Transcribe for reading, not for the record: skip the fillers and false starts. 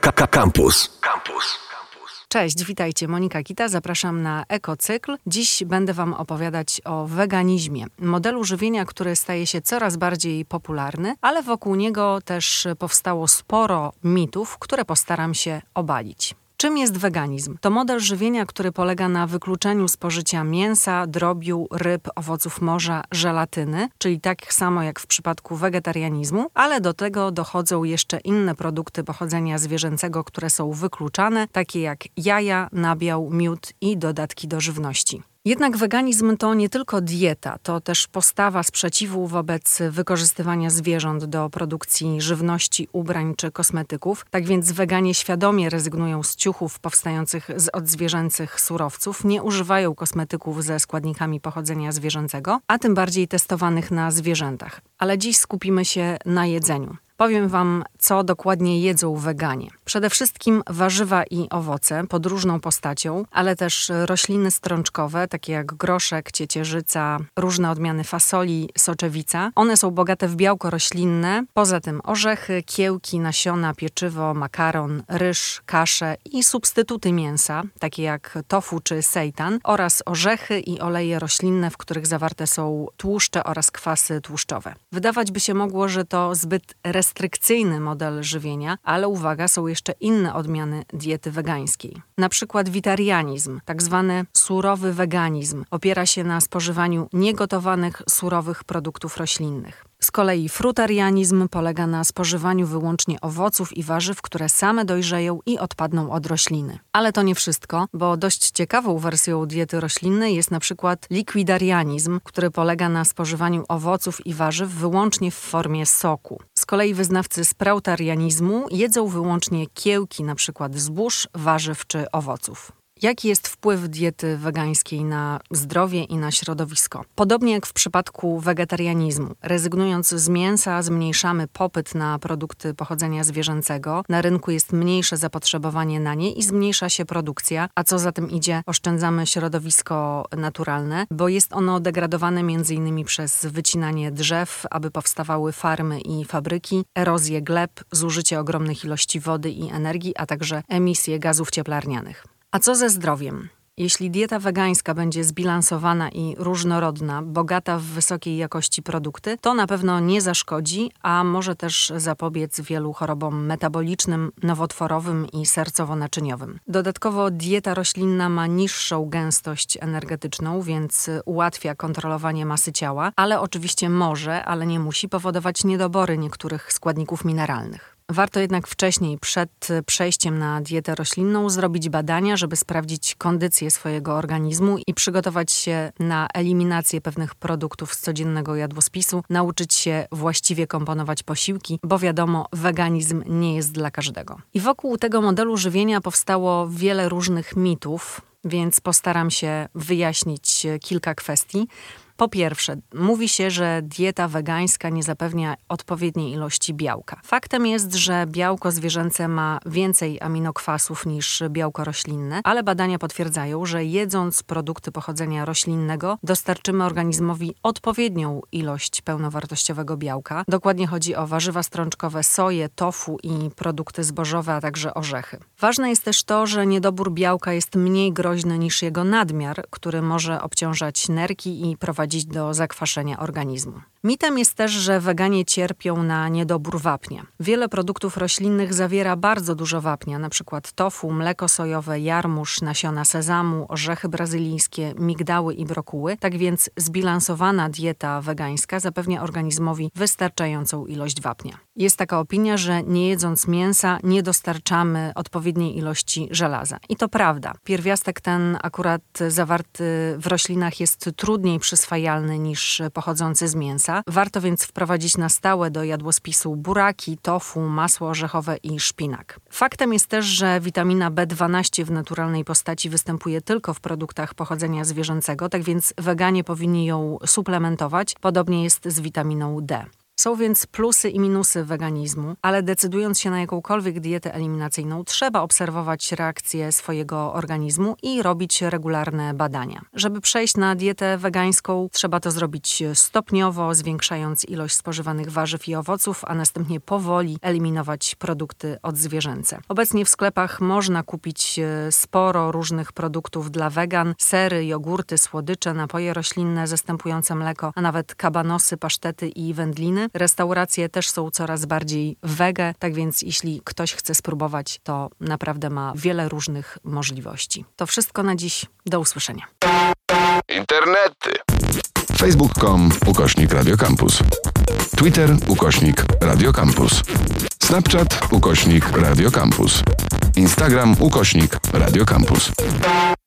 Campus. Cześć, witajcie. Monika Kita, zapraszam na Ekocykl. Dziś będę Wam opowiadać o weganizmie, modelu żywienia, który staje się coraz bardziej popularny, ale wokół niego też powstało sporo mitów, które postaram się obalić. Czym jest weganizm? To model żywienia, który polega na wykluczeniu spożycia mięsa, drobiu, ryb, owoców morza, żelatyny, czyli tak samo jak w przypadku wegetarianizmu, ale do tego dochodzą jeszcze inne produkty pochodzenia zwierzęcego, które są wykluczane, takie jak jaja, nabiał, miód i dodatki do żywności. Jednak weganizm to nie tylko dieta, to też postawa sprzeciwu wobec wykorzystywania zwierząt do produkcji żywności, ubrań czy kosmetyków. Tak więc weganie świadomie rezygnują z ciuchów powstających z odzwierzęcych surowców, nie używają kosmetyków ze składnikami pochodzenia zwierzęcego, a tym bardziej testowanych na zwierzętach. Ale dziś skupimy się na jedzeniu. Powiem Wam, co dokładnie jedzą weganie. Przede wszystkim warzywa i owoce pod różną postacią, ale też rośliny strączkowe, takie jak groszek, ciecierzyca, różne odmiany fasoli, soczewica. One są bogate w białko roślinne, poza tym orzechy, kiełki, nasiona, pieczywo, makaron, ryż, kasze i substytuty mięsa, takie jak tofu czy seitan, oraz orzechy i oleje roślinne, w których zawarte są tłuszcze oraz kwasy tłuszczowe. Wydawać by się mogło, że to zbyt restrykcyjny model żywienia, ale uwaga, są jeszcze inne odmiany diety wegańskiej. Na przykład witarianizm, tak zwany surowy weganizm, opiera się na spożywaniu niegotowanych, surowych produktów roślinnych. Z kolei frutarianizm polega na spożywaniu wyłącznie owoców i warzyw, które same dojrzeją i odpadną od rośliny. Ale to nie wszystko, bo dość ciekawą wersją diety roślinnej jest na przykład liquidarianizm, który polega na spożywaniu owoców i warzyw wyłącznie w formie soku. Z kolei wyznawcy sprautarianizmu jedzą wyłącznie kiełki, na przykład zbóż, warzyw czy owoców. Jaki jest wpływ diety wegańskiej na zdrowie i na środowisko? Podobnie jak w przypadku wegetarianizmu. Rezygnując z mięsa, zmniejszamy popyt na produkty pochodzenia zwierzęcego. Na rynku jest mniejsze zapotrzebowanie na nie i zmniejsza się produkcja, a co za tym idzie, oszczędzamy środowisko naturalne, bo jest ono degradowane m.in. przez wycinanie drzew, aby powstawały farmy i fabryki, erozję gleb, zużycie ogromnych ilości wody i energii, a także emisję gazów cieplarnianych. A co ze zdrowiem? Jeśli dieta wegańska będzie zbilansowana i różnorodna, bogata w wysokiej jakości produkty, to na pewno nie zaszkodzi, a może też zapobiec wielu chorobom metabolicznym, nowotworowym i sercowo-naczyniowym. Dodatkowo dieta roślinna ma niższą gęstość energetyczną, więc ułatwia kontrolowanie masy ciała, ale oczywiście może, ale nie musi powodować niedobory niektórych składników mineralnych. Warto jednak wcześniej, przed przejściem na dietę roślinną, zrobić badania, żeby sprawdzić kondycję swojego organizmu i przygotować się na eliminację pewnych produktów z codziennego jadłospisu, nauczyć się właściwie komponować posiłki, bo wiadomo, weganizm nie jest dla każdego. I wokół tego modelu żywienia powstało wiele różnych mitów, więc postaram się wyjaśnić kilka kwestii. Po pierwsze, mówi się, że dieta wegańska nie zapewnia odpowiedniej ilości białka. Faktem jest, że białko zwierzęce ma więcej aminokwasów niż białko roślinne, ale badania potwierdzają, że jedząc produkty pochodzenia roślinnego dostarczymy organizmowi odpowiednią ilość pełnowartościowego białka. Dokładnie chodzi o warzywa strączkowe, soję, tofu i produkty zbożowe, a także orzechy. Ważne jest też to, że niedobór białka jest mniej groźny niż jego nadmiar, który może obciążać nerki i prowadzić do zakwaszenia organizmu. Mitem jest też, że weganie cierpią na niedobór wapnia. Wiele produktów roślinnych zawiera bardzo dużo wapnia, np. tofu, mleko sojowe, jarmuż, nasiona sezamu, orzechy brazylijskie, migdały i brokuły. Tak więc zbilansowana dieta wegańska zapewnia organizmowi wystarczającą ilość wapnia. Jest taka opinia, że nie jedząc mięsa nie dostarczamy odpowiedniej ilości żelaza. I to prawda. Pierwiastek ten akurat zawarty w roślinach jest trudniej przyswajalny niż pochodzący z mięsa. Warto więc wprowadzić na stałe do jadłospisu buraki, tofu, masło orzechowe i szpinak. Faktem jest też, że witamina B12 w naturalnej postaci występuje tylko w produktach pochodzenia zwierzęcego, tak więc weganie powinni ją suplementować. Podobnie jest z witaminą D. Są więc plusy i minusy weganizmu, ale decydując się na jakąkolwiek dietę eliminacyjną, trzeba obserwować reakcje swojego organizmu i robić regularne badania. Żeby przejść na dietę wegańską, trzeba to zrobić stopniowo, zwiększając ilość spożywanych warzyw i owoców, a następnie powoli eliminować produkty odzwierzęce. Obecnie w sklepach można kupić sporo różnych produktów dla wegan, sery, jogurty, słodycze, napoje roślinne zastępujące mleko, a nawet kabanosy, pasztety i wędliny. Restauracje też są coraz bardziej wege, tak więc jeśli ktoś chce spróbować, to naprawdę ma wiele różnych możliwości. To wszystko na dziś. Do usłyszenia. Internety. Facebook.com/Radio Campus. Twitter /Radio Campus. Snapchat /Radio Campus. Instagram /Radio Campus.